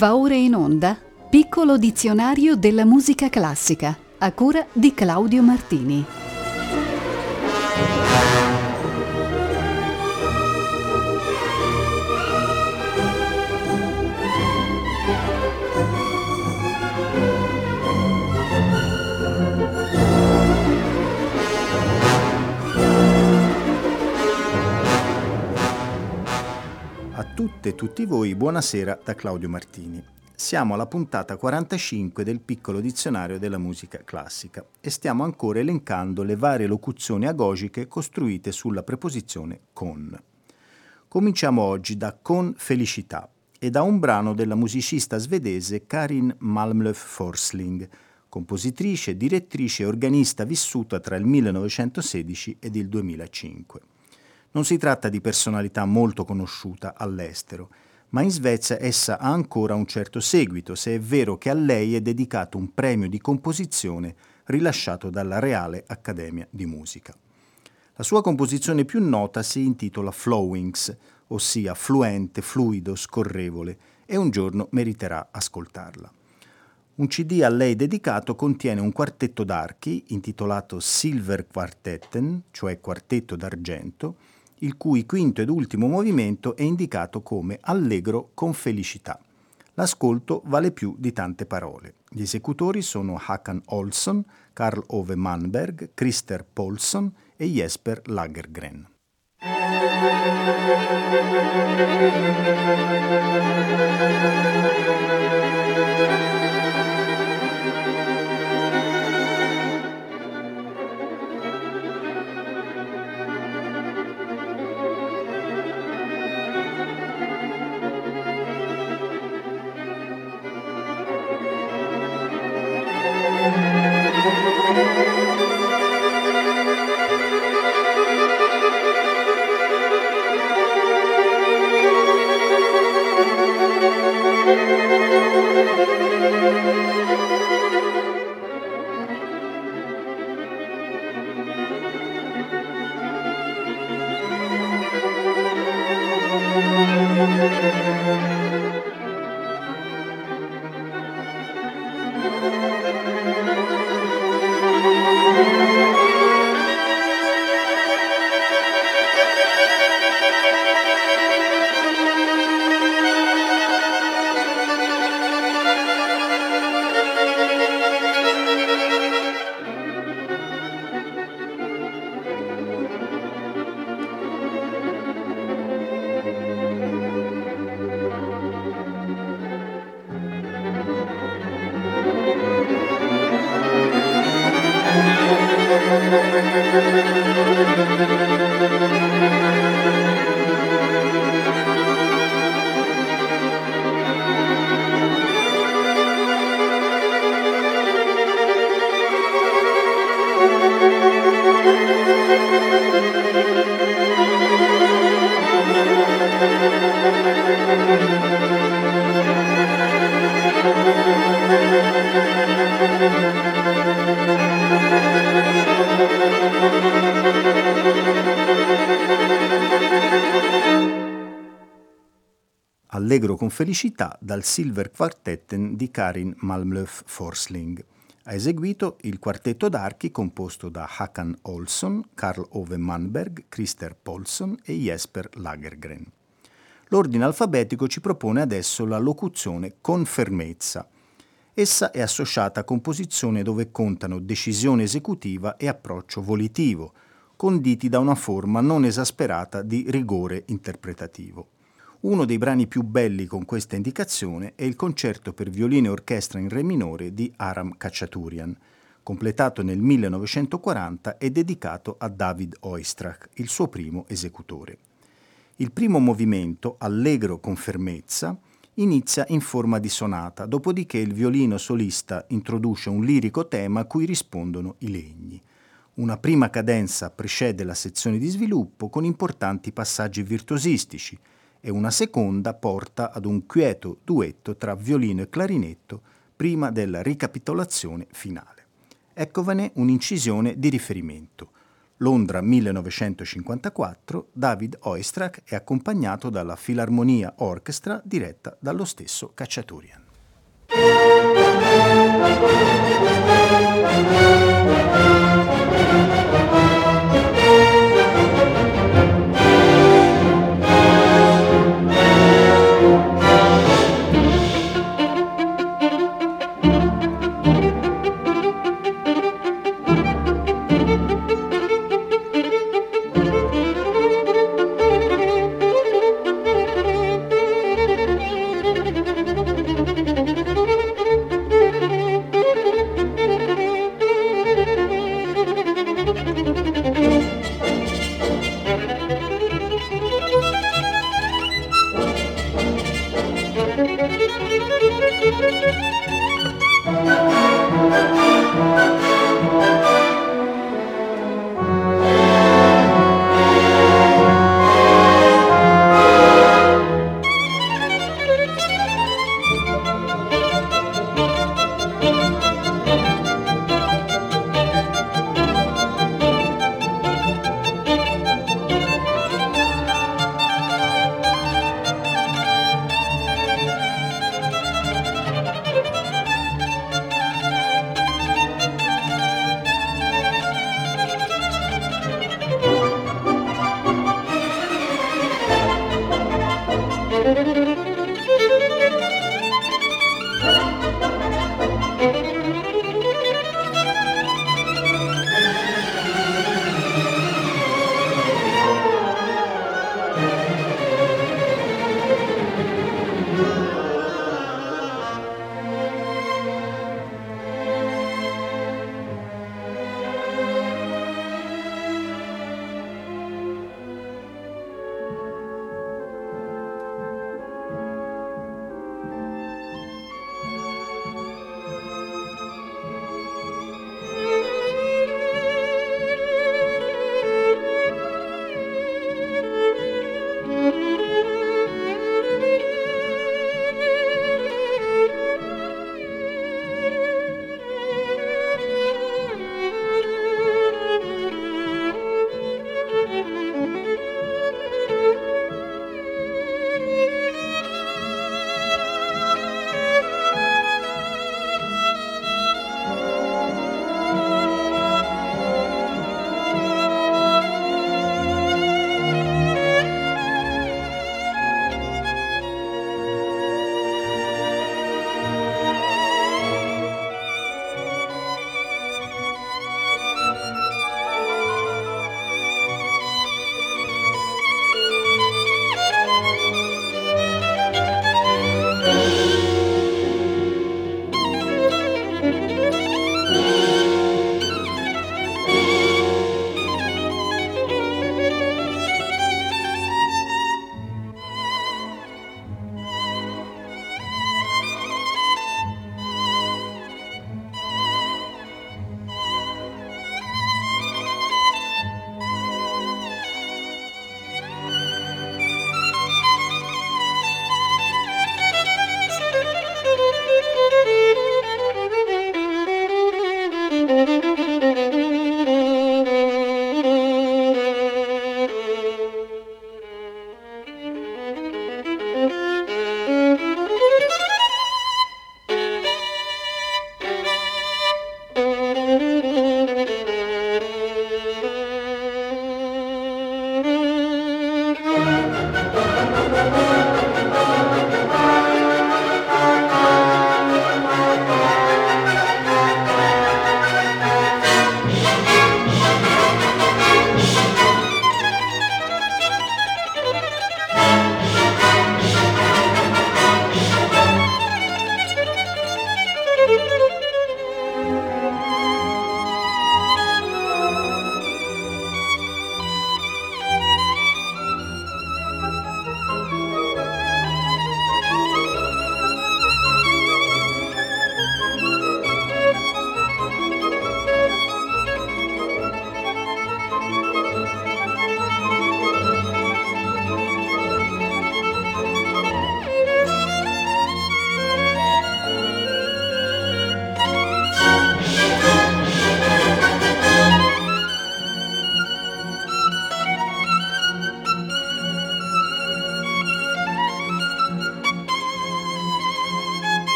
Va ora in onda Piccolo dizionario della musica classica, a cura di Claudio Martini. A tutte e tutti voi, buonasera da Claudio Martini. Siamo alla puntata 45 del Piccolo dizionario della musica classica e stiamo ancora elencando le varie locuzioni agogiche costruite sulla preposizione con. Cominciamo oggi da Con felicità e da un brano della musicista svedese Karin Malmlöf Forsling, compositrice, direttrice e organista vissuta tra il 1916 ed il 2005. Non si tratta di personalità molto conosciuta all'estero, ma in Svezia essa ha ancora un certo seguito, se è vero che a lei è dedicato un premio di composizione rilasciato dalla Reale Accademia di Musica. La sua composizione più nota si intitola Flowings, ossia fluente, fluido, scorrevole, e un giorno meriterà ascoltarla. Un CD a lei dedicato contiene un quartetto d'archi intitolato Silver Quartetten, cioè quartetto d'argento, il cui quinto ed ultimo movimento è indicato come allegro con felicità. L'ascolto vale più di tante parole. Gli esecutori sono Håkan Olsson, Carl Ove Manberg, Christer Paulsson e Jesper Lagergren. Allegro con felicità dal Silver Quartetten di Karin Malmlöf Forsling. Ha eseguito il quartetto d'archi composto da Håkan Olsson, Carl Ove Manberg, Christer Paulsson e Jesper Lagergren. L'ordine alfabetico ci propone adesso la locuzione con fermezza. Essa è associata a composizione dove contano decisione esecutiva e approccio volitivo, conditi da una forma non esasperata di rigore interpretativo. Uno dei brani più belli con questa indicazione è il concerto per violino e orchestra in re minore di Aram Khachaturian, completato nel 1940 e dedicato a David Oistrakh, il suo primo esecutore. Il primo movimento, allegro con fermezza, inizia in forma di sonata, dopodiché il violino solista introduce un lirico tema a cui rispondono i legni. Una prima cadenza precede la sezione di sviluppo con importanti passaggi virtuosistici, e una seconda porta ad un quieto duetto tra violino e clarinetto prima della ricapitolazione finale. Eccovene un'incisione di riferimento. Londra 1954, David Oistrakh è accompagnato dalla Philharmonia Orchestra diretta dallo stesso Khachaturian.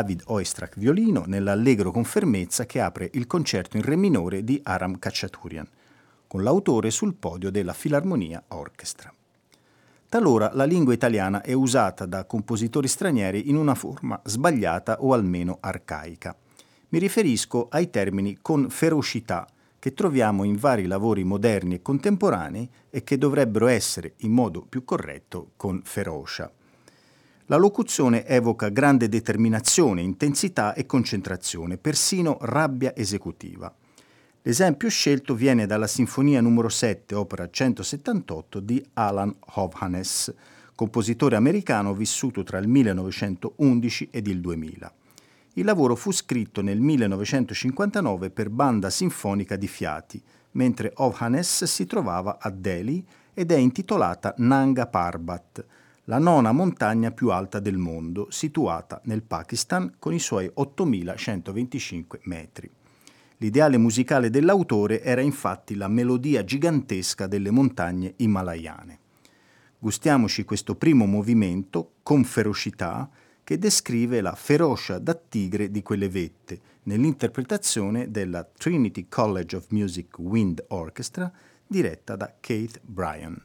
David Oistrakh violino nell'allegro con fermezza che apre il concerto in re minore di Aram Khachaturian, con l'autore sul podio della Filarmonia Orchestra. Talora la lingua italiana è usata da compositori stranieri in una forma sbagliata o almeno arcaica. Mi riferisco ai termini con ferocità, che troviamo in vari lavori moderni e contemporanei e che dovrebbero essere, in modo più corretto, con ferocia. La locuzione evoca grande determinazione, intensità e concentrazione, persino rabbia esecutiva. L'esempio scelto viene dalla Sinfonia numero 7, opera 178 di Alan Hovhaness, compositore americano vissuto tra il 1911 ed il 2000. Il lavoro fu scritto nel 1959 per banda sinfonica di fiati, mentre Hovhaness si trovava a Delhi ed è intitolata Nanga Parbat, la nona montagna più alta del mondo, situata nel Pakistan con i suoi 8.125 metri. L'ideale musicale dell'autore era infatti la melodia gigantesca delle montagne himalayane. Gustiamoci questo primo movimento, con ferocità, che descrive la ferocia da tigre di quelle vette, nell'interpretazione della Trinity College of Music Wind Orchestra, diretta da Keith Bryan.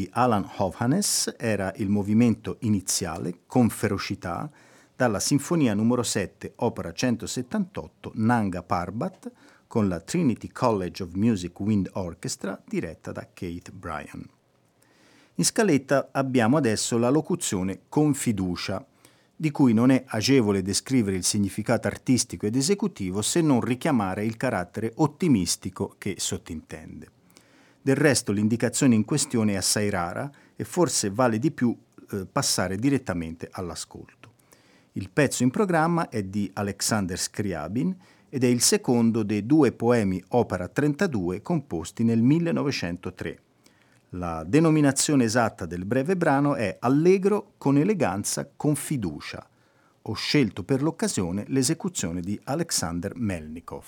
Alan Hovhannes era il movimento iniziale, con ferocità, dalla Sinfonia numero 7, opera 178, Nanga Parbat, con la Trinity College of Music Wind Orchestra, diretta da Keith Bryan. In scaletta abbiamo adesso la locuzione con fiducia, di cui non è agevole descrivere il significato artistico ed esecutivo se non richiamare il carattere ottimistico che sottintende. Del resto l'indicazione in questione è assai rara e forse vale di più passare direttamente all'ascolto. Il pezzo in programma è di Alexander Scriabin ed è il secondo dei 2 poemi opera 32 composti nel 1903. La denominazione esatta del breve brano è Allegro con eleganza, con fiducia. Ho scelto per l'occasione l'esecuzione di Alexander Melnikov.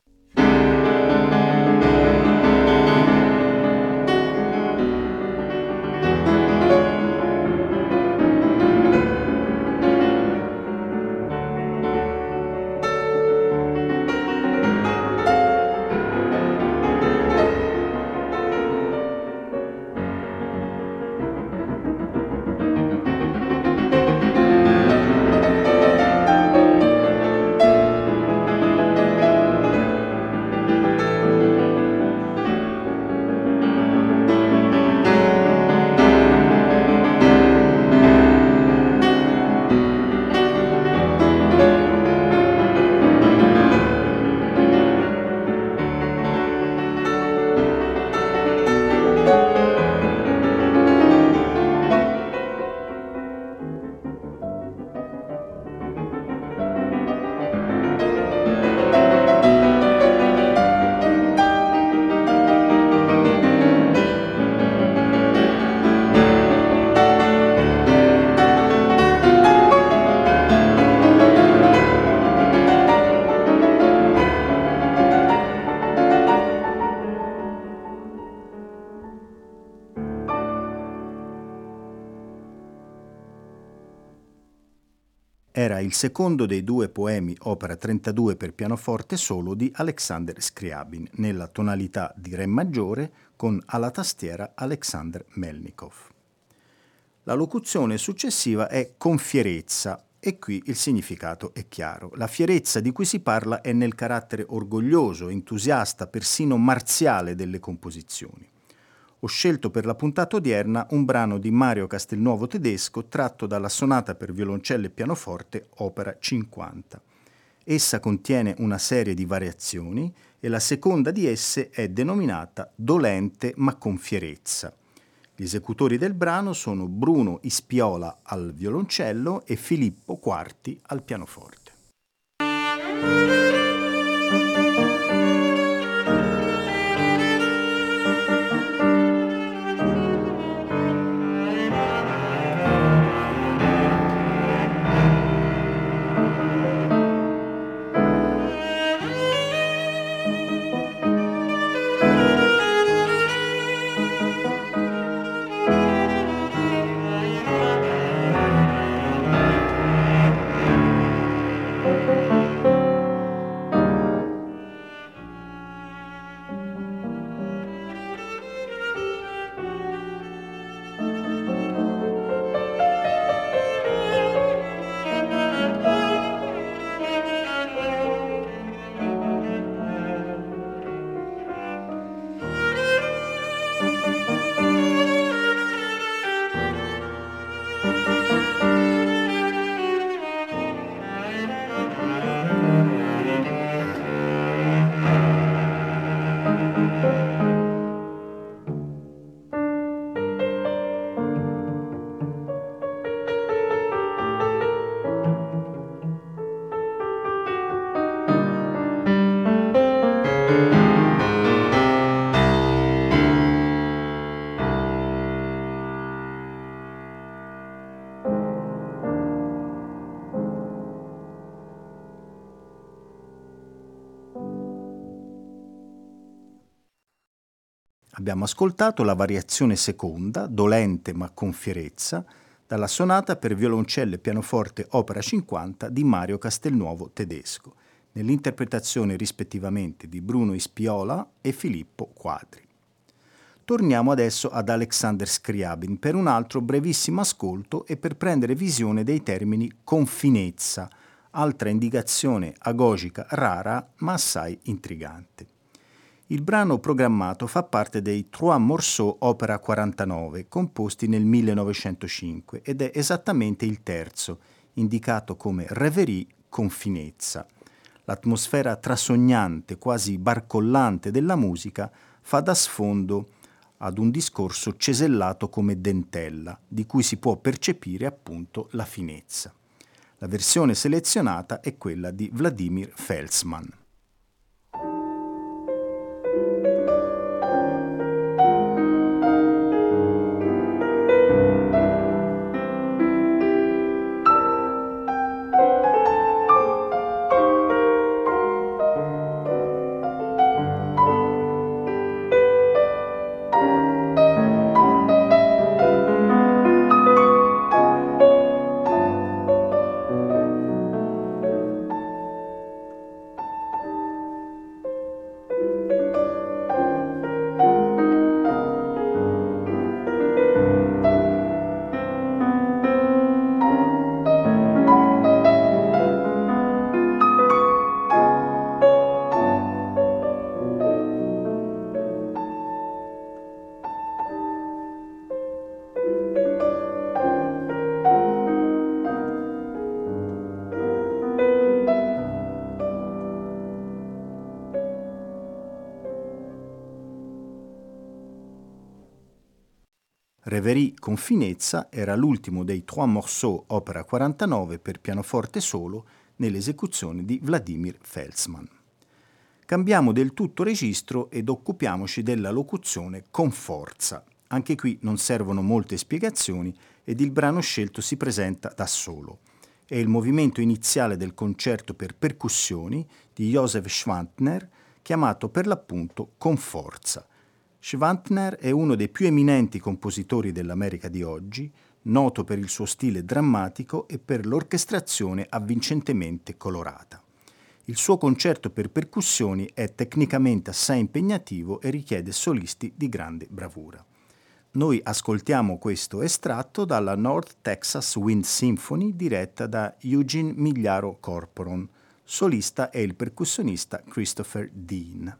Era il secondo dei 2 poemi opera 32 per pianoforte solo di Alexander Scriabin, nella tonalità di Re maggiore con alla tastiera Alexander Melnikov. La locuzione successiva è con fierezza e qui il significato è chiaro. La fierezza di cui si parla è nel carattere orgoglioso, entusiasta, persino marziale delle composizioni. Ho scelto per la puntata odierna un brano di Mario Castelnuovo Tedesco tratto dalla sonata per violoncello e pianoforte opera 50. Essa contiene una serie di variazioni e la seconda di esse è denominata Dolente ma con fierezza. Gli esecutori del brano sono Bruno Ispiola al violoncello e Filippo Quarti al pianoforte. Abbiamo ascoltato la variazione seconda, dolente ma con fierezza, dalla sonata per violoncello e pianoforte opera 50 di Mario Castelnuovo Tedesco, nell'interpretazione rispettivamente di Bruno Ispiola e Filippo Quadri. Torniamo adesso ad Alexander Scriabin per un altro brevissimo ascolto e per prendere visione dei termini con finezza, altra indicazione agogica rara ma assai intrigante. Il brano programmato fa parte dei Trois Morceaux Opera 49, composti nel 1905, ed è esattamente il terzo, indicato come Reverie con finezza. L'atmosfera trasognante, quasi barcollante della musica fa da sfondo ad un discorso cesellato come dentella, di cui si può percepire appunto la finezza. La versione selezionata è quella di Vladimir Felsman. Reverie con finezza era l'ultimo dei Trois Morceaux opera 49 per pianoforte solo nell'esecuzione di Vladimir Felsman. Cambiamo del tutto registro ed occupiamoci della locuzione con forza. Anche qui non servono molte spiegazioni ed il brano scelto si presenta da solo. È il movimento iniziale del concerto per percussioni di Joseph Schwantner, chiamato per l'appunto con forza. Schwantner è uno dei più eminenti compositori dell'America di oggi, noto per il suo stile drammatico e per l'orchestrazione avvincentemente colorata. Il suo concerto per percussioni è tecnicamente assai impegnativo e richiede solisti di grande bravura. Noi ascoltiamo questo estratto dalla North Texas Wind Symphony diretta da Eugene Migliaro Corporon. Solista è il percussionista Christopher Dean.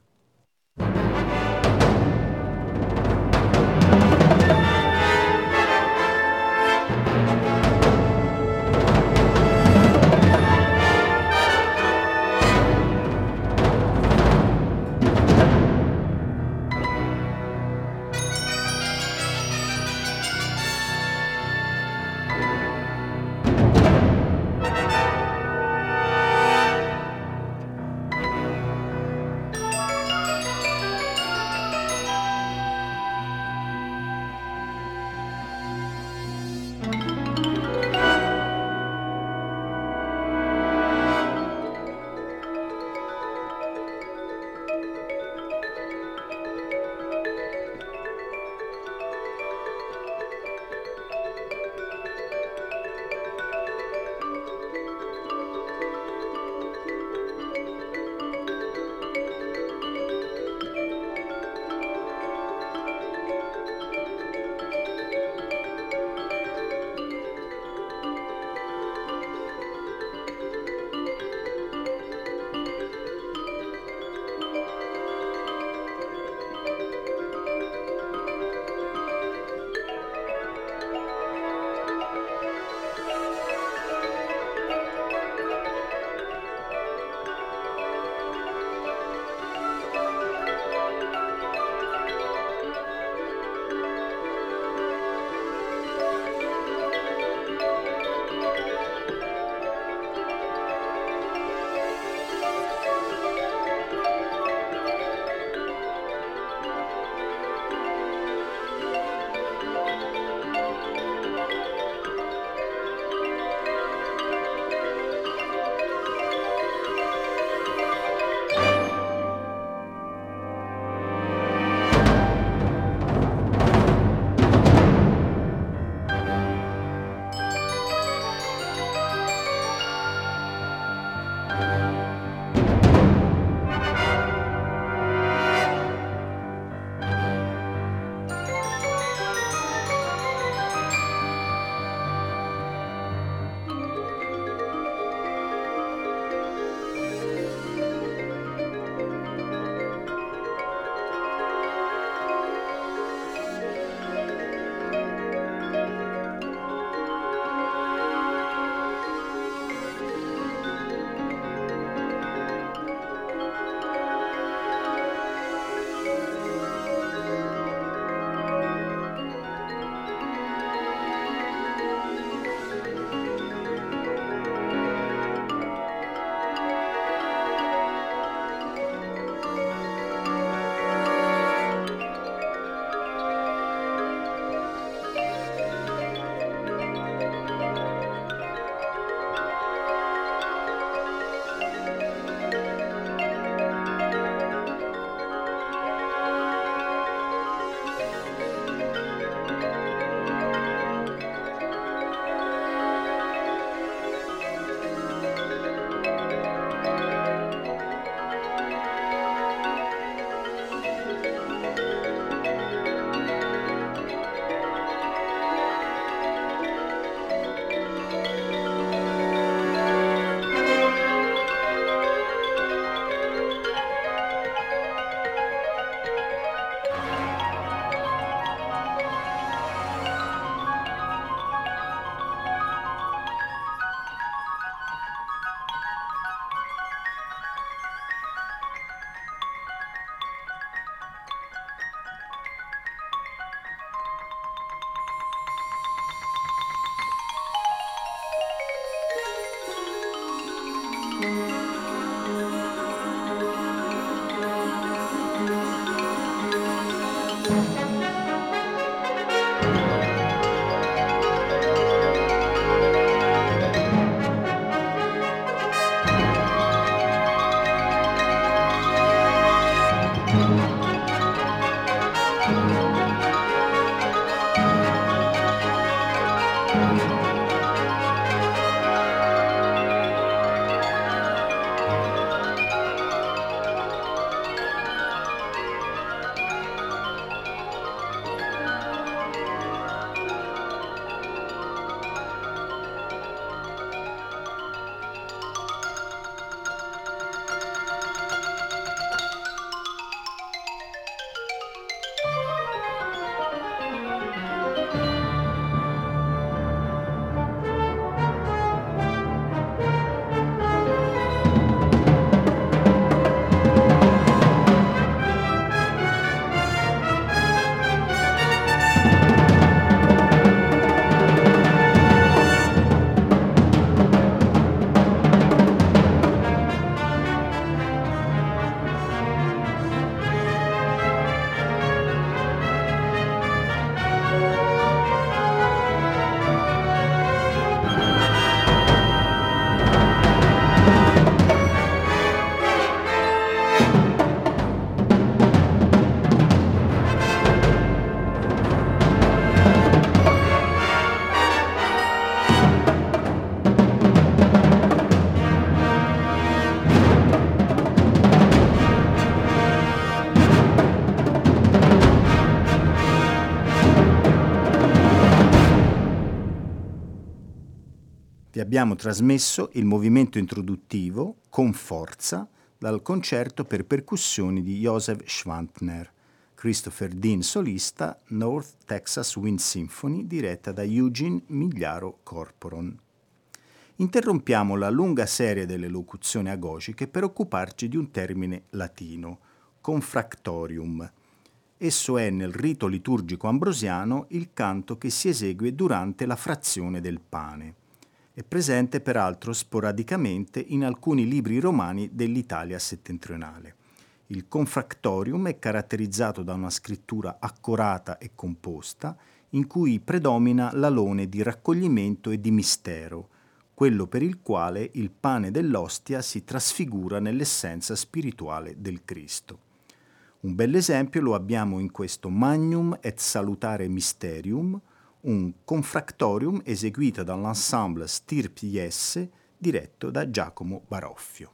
abbiamo trasmesso il movimento introduttivo con forza dal concerto per percussioni di Joseph Schwantner, Christopher Dean solista, North Texas Wind Symphony, diretta da Eugene Migliaro Corporon. Interrompiamo la lunga serie delle locuzioni agogiche per occuparci di un termine latino, confractorium. Esso è nel rito liturgico ambrosiano il canto che si esegue durante la frazione del pane. È presente peraltro sporadicamente in alcuni libri romani dell'Italia settentrionale. Il confractorium è caratterizzato da una scrittura accurata e composta in cui predomina l'alone di raccoglimento e di mistero, quello per il quale il pane dell'ostia si trasfigura nell'essenza spirituale del Cristo. Un bell'esempio lo abbiamo in questo Magnum et Salutare Mysterium, un confractorium eseguito dall'ensemble Stirp Jesse diretto da Giacomo Baroffio.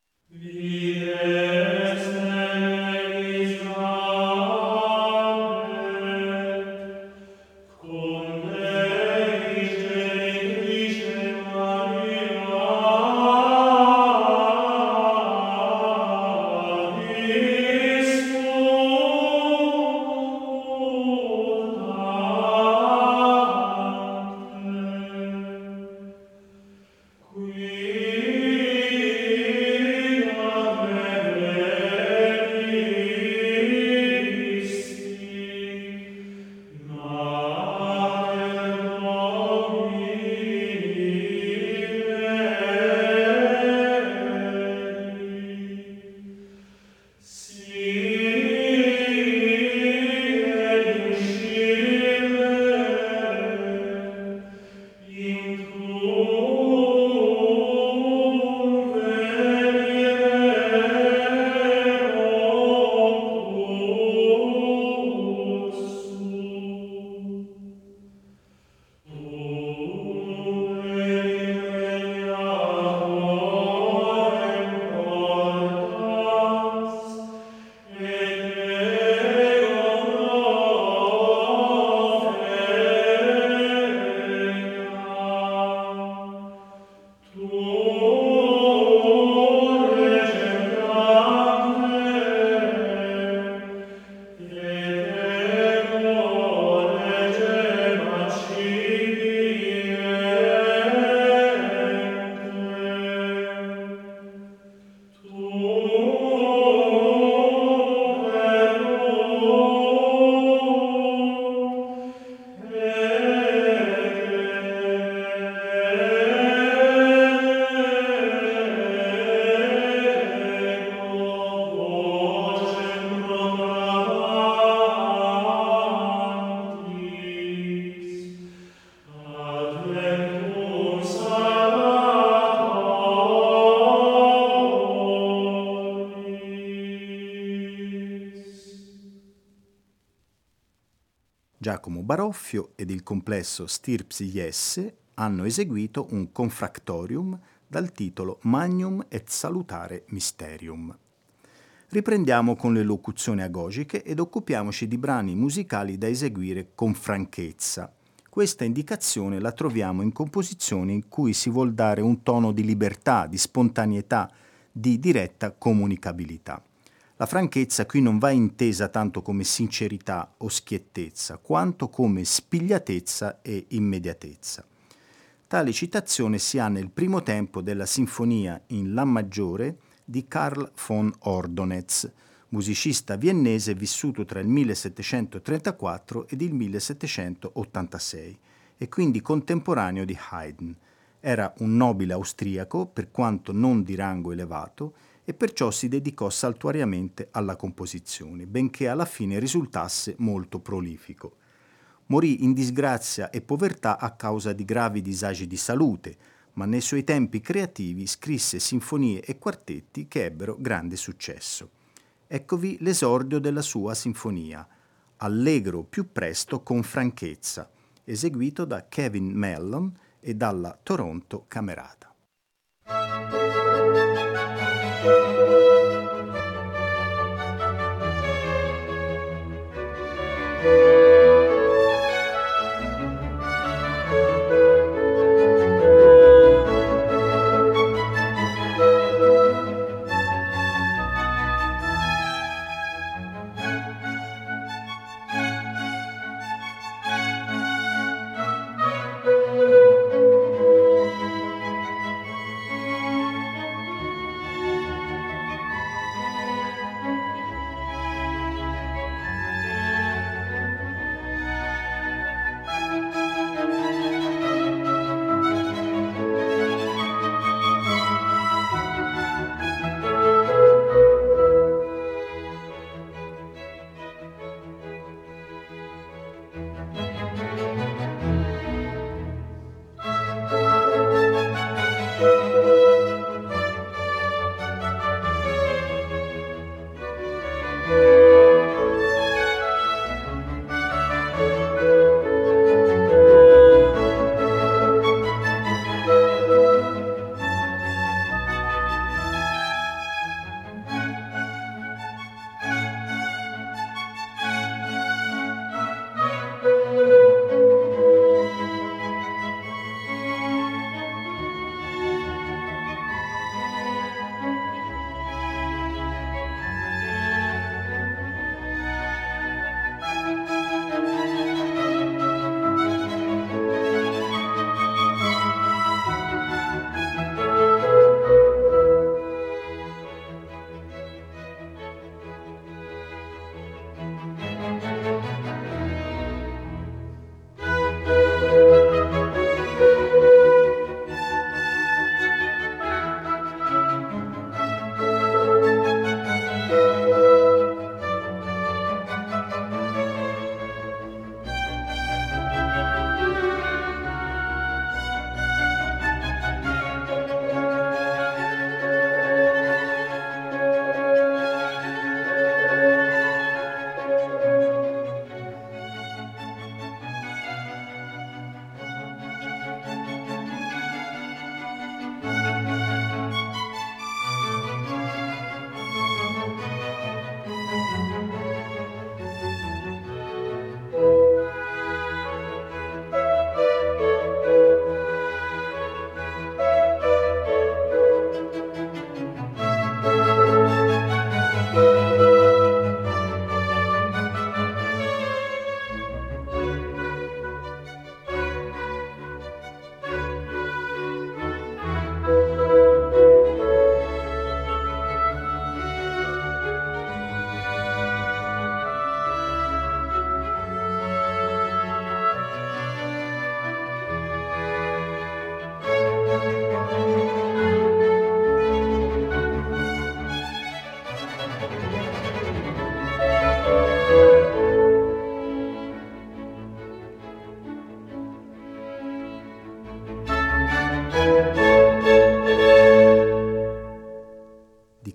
Giacomo Baroffio ed il complesso Stirp Jesse hanno eseguito un confractorium dal titolo Magnum et Salutare Mysterium. Riprendiamo con le locuzioni agogiche ed occupiamoci di brani musicali da eseguire con franchezza. Questa indicazione la troviamo in composizioni in cui si vuol dare un tono di libertà, di spontaneità, di diretta comunicabilità. La franchezza qui non va intesa tanto come sincerità o schiettezza, quanto come spigliatezza e immediatezza. Tale citazione si ha nel primo tempo della sinfonia in La maggiore di Karl von Ordonez, musicista viennese vissuto tra il 1734 ed il 1786 e quindi contemporaneo di Haydn. Era un nobile austriaco, per quanto non di rango elevato, e perciò si dedicò saltuariamente alla composizione, benché alla fine risultasse molto prolifico. Morì in disgrazia e povertà a causa di gravi disagi di salute, ma nei suoi tempi creativi scrisse sinfonie e quartetti che ebbero grande successo. Eccovi l'esordio della sua sinfonia, Allegro più presto con franchezza, eseguito da Kevin Mellon e dalla Toronto Camerata.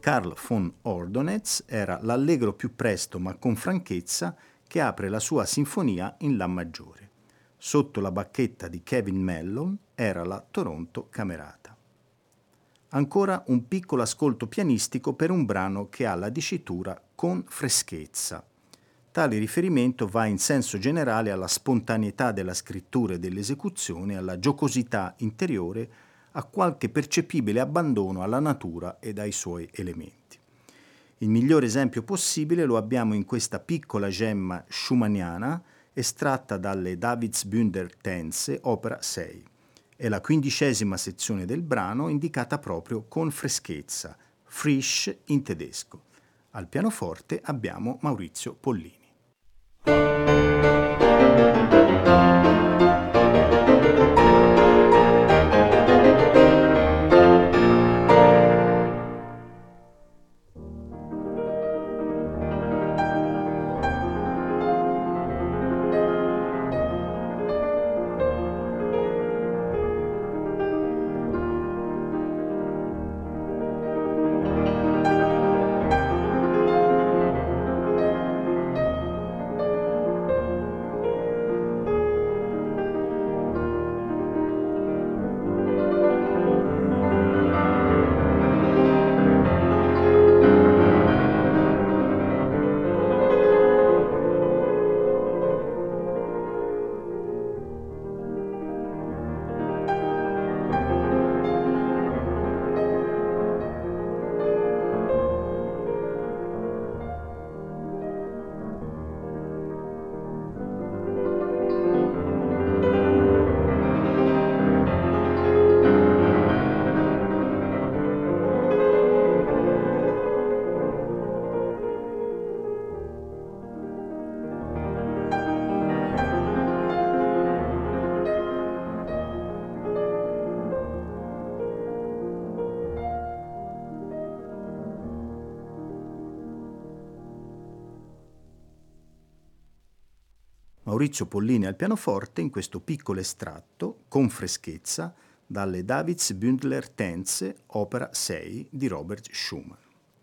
Carl von Ordonez era l'allegro più presto ma con franchezza che apre la sua sinfonia in La maggiore. Sotto la bacchetta di Kevin Mellon era la Toronto Camerata. Ancora un piccolo ascolto pianistico per un brano che ha la dicitura con freschezza. Tale riferimento va in senso generale alla spontaneità della scrittura e dell'esecuzione, alla giocosità interiore, a qualche percepibile abbandono alla natura ed ai suoi elementi. Il migliore esempio possibile lo abbiamo in questa piccola gemma schumanniana estratta dalle Davidsbündner Tänze, opera 6. È la 15ª sezione del brano indicata proprio con freschezza, frisch in tedesco. Al pianoforte abbiamo Maurizio Pollini. Maurizio Pollini al pianoforte in questo piccolo estratto, con freschezza, dalle Davidsbündner Tänze, opera 6 di Robert Schumann.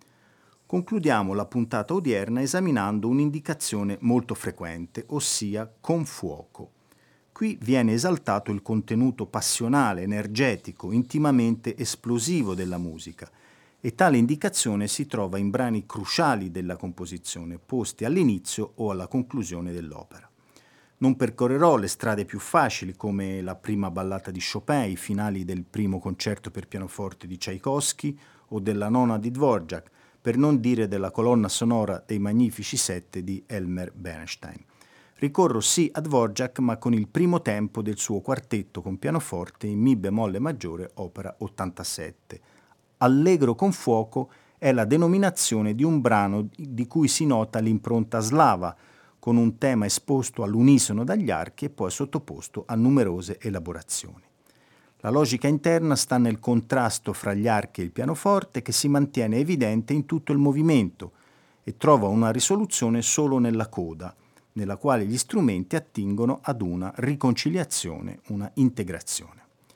Concludiamo la puntata odierna esaminando un'indicazione molto frequente, ossia con fuoco. Qui viene esaltato il contenuto passionale, energetico, intimamente esplosivo della musica, e tale indicazione si trova in brani cruciali della composizione, posti all'inizio o alla conclusione dell'opera. Non percorrerò le strade più facili come la prima ballata di Chopin, i finali del primo concerto per pianoforte di Tchaikovsky o della nona di Dvorak, per non dire della colonna sonora dei Magnifici Sette di Elmer Bernstein. Ricorro sì a Dvorak, ma con il primo tempo del suo quartetto con pianoforte in Mi bemolle maggiore, opera 87. Allegro con fuoco è la denominazione di un brano di cui si nota l'impronta slava, con un tema esposto all'unisono dagli archi e poi sottoposto a numerose elaborazioni. La logica interna sta nel contrasto fra gli archi e il pianoforte che si mantiene evidente in tutto il movimento e trova una risoluzione solo nella coda, nella quale gli strumenti attingono ad una riconciliazione, una integrazione.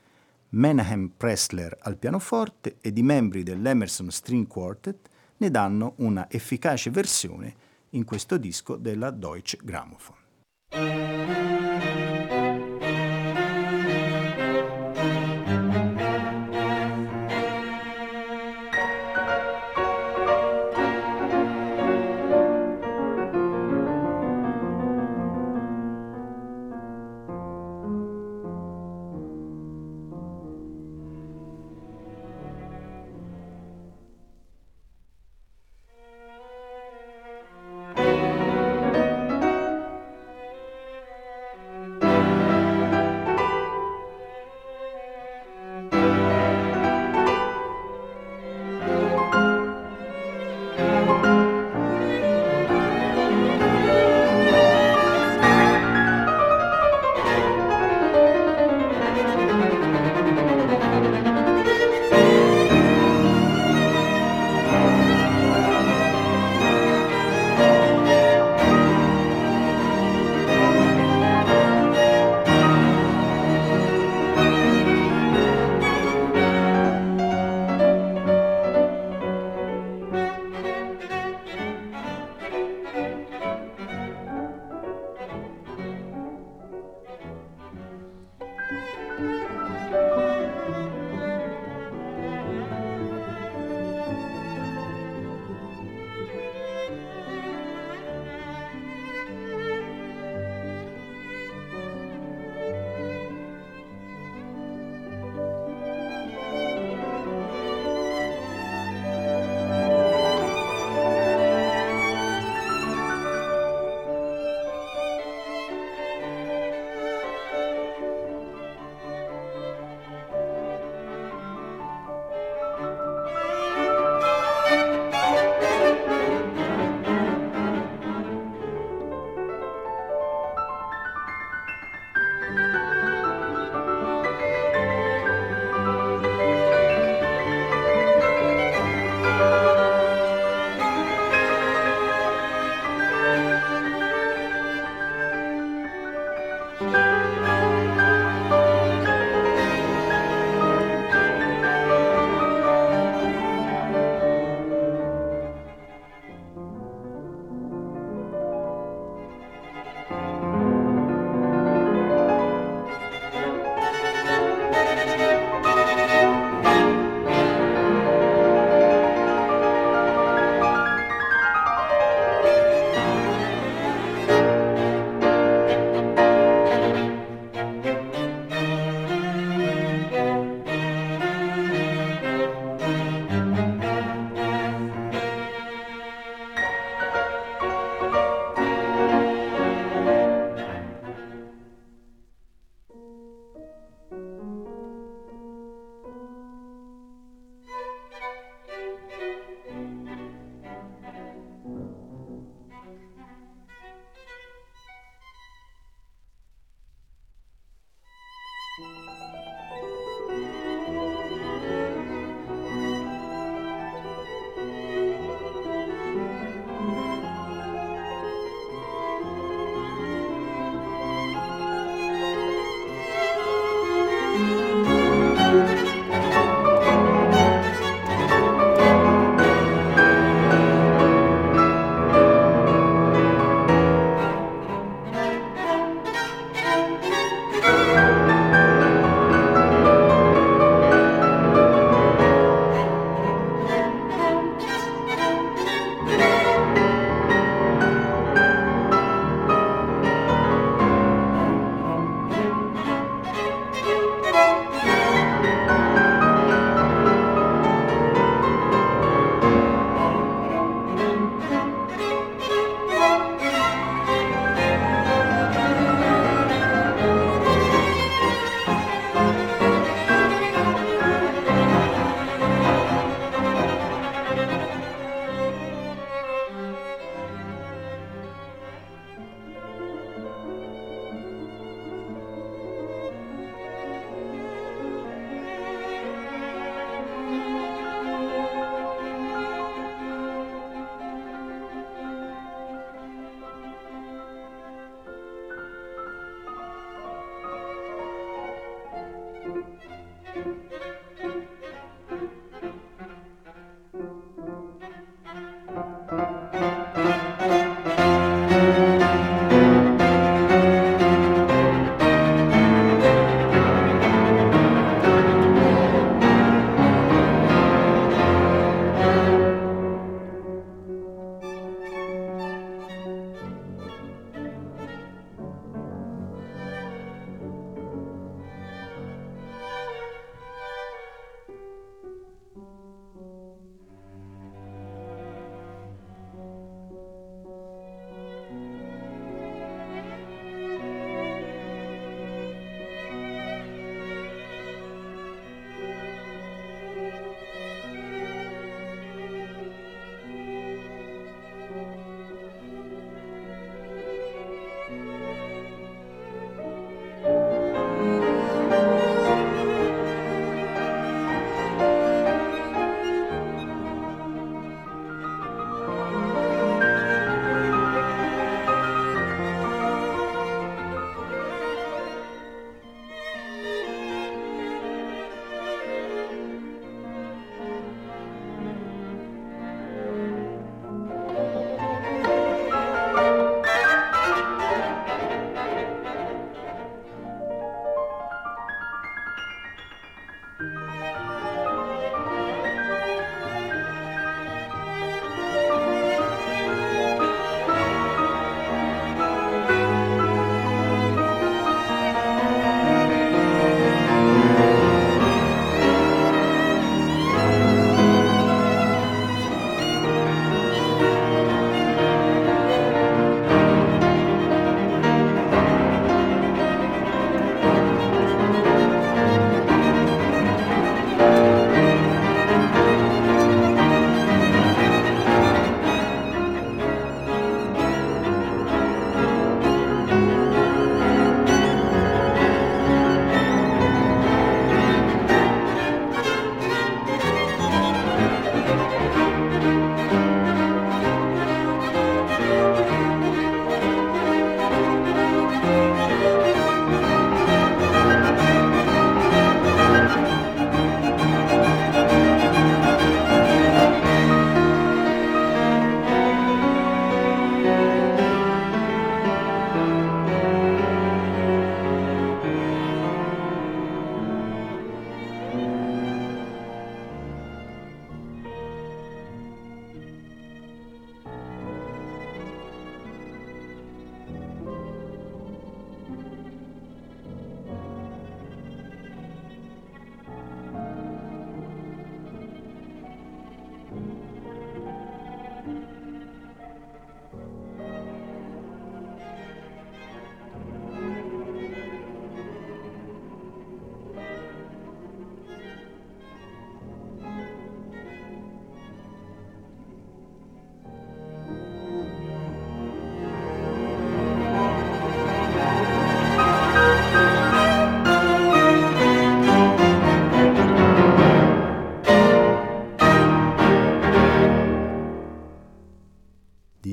Menahem Pressler al pianoforte ed i membri dell'Emerson String Quartet ne danno una efficace versione in questo disco della Deutsche Grammophon.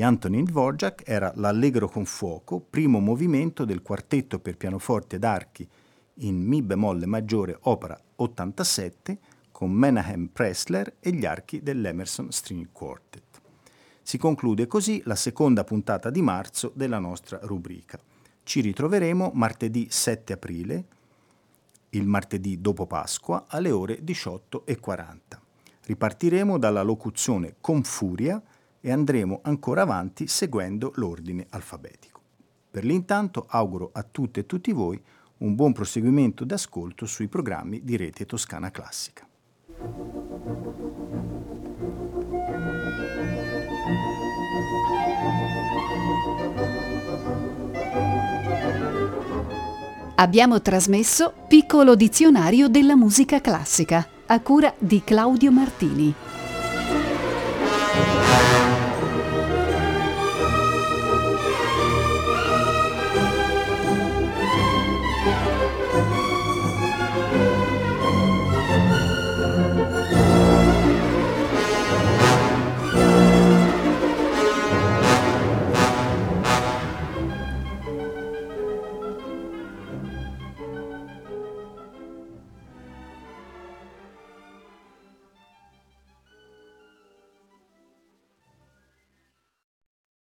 Antonín Dvořák era l'Allegro con fuoco, primo movimento del quartetto per pianoforte ed archi in Mi bemolle maggiore, opera 87, con Menahem Pressler e gli archi dell'Emerson String Quartet. Si conclude così la seconda puntata di marzo della nostra rubrica. Ci ritroveremo martedì 7 aprile, il martedì dopo Pasqua, alle ore 18:40. Ripartiremo dalla locuzione con furia e andremo ancora avanti seguendo l'ordine alfabetico. Per l'intanto auguro a tutte e tutti voi un buon proseguimento d'ascolto sui programmi di Rete Toscana Classica. Abbiamo trasmesso Piccolo dizionario della musica classica, a cura di Claudio Martini.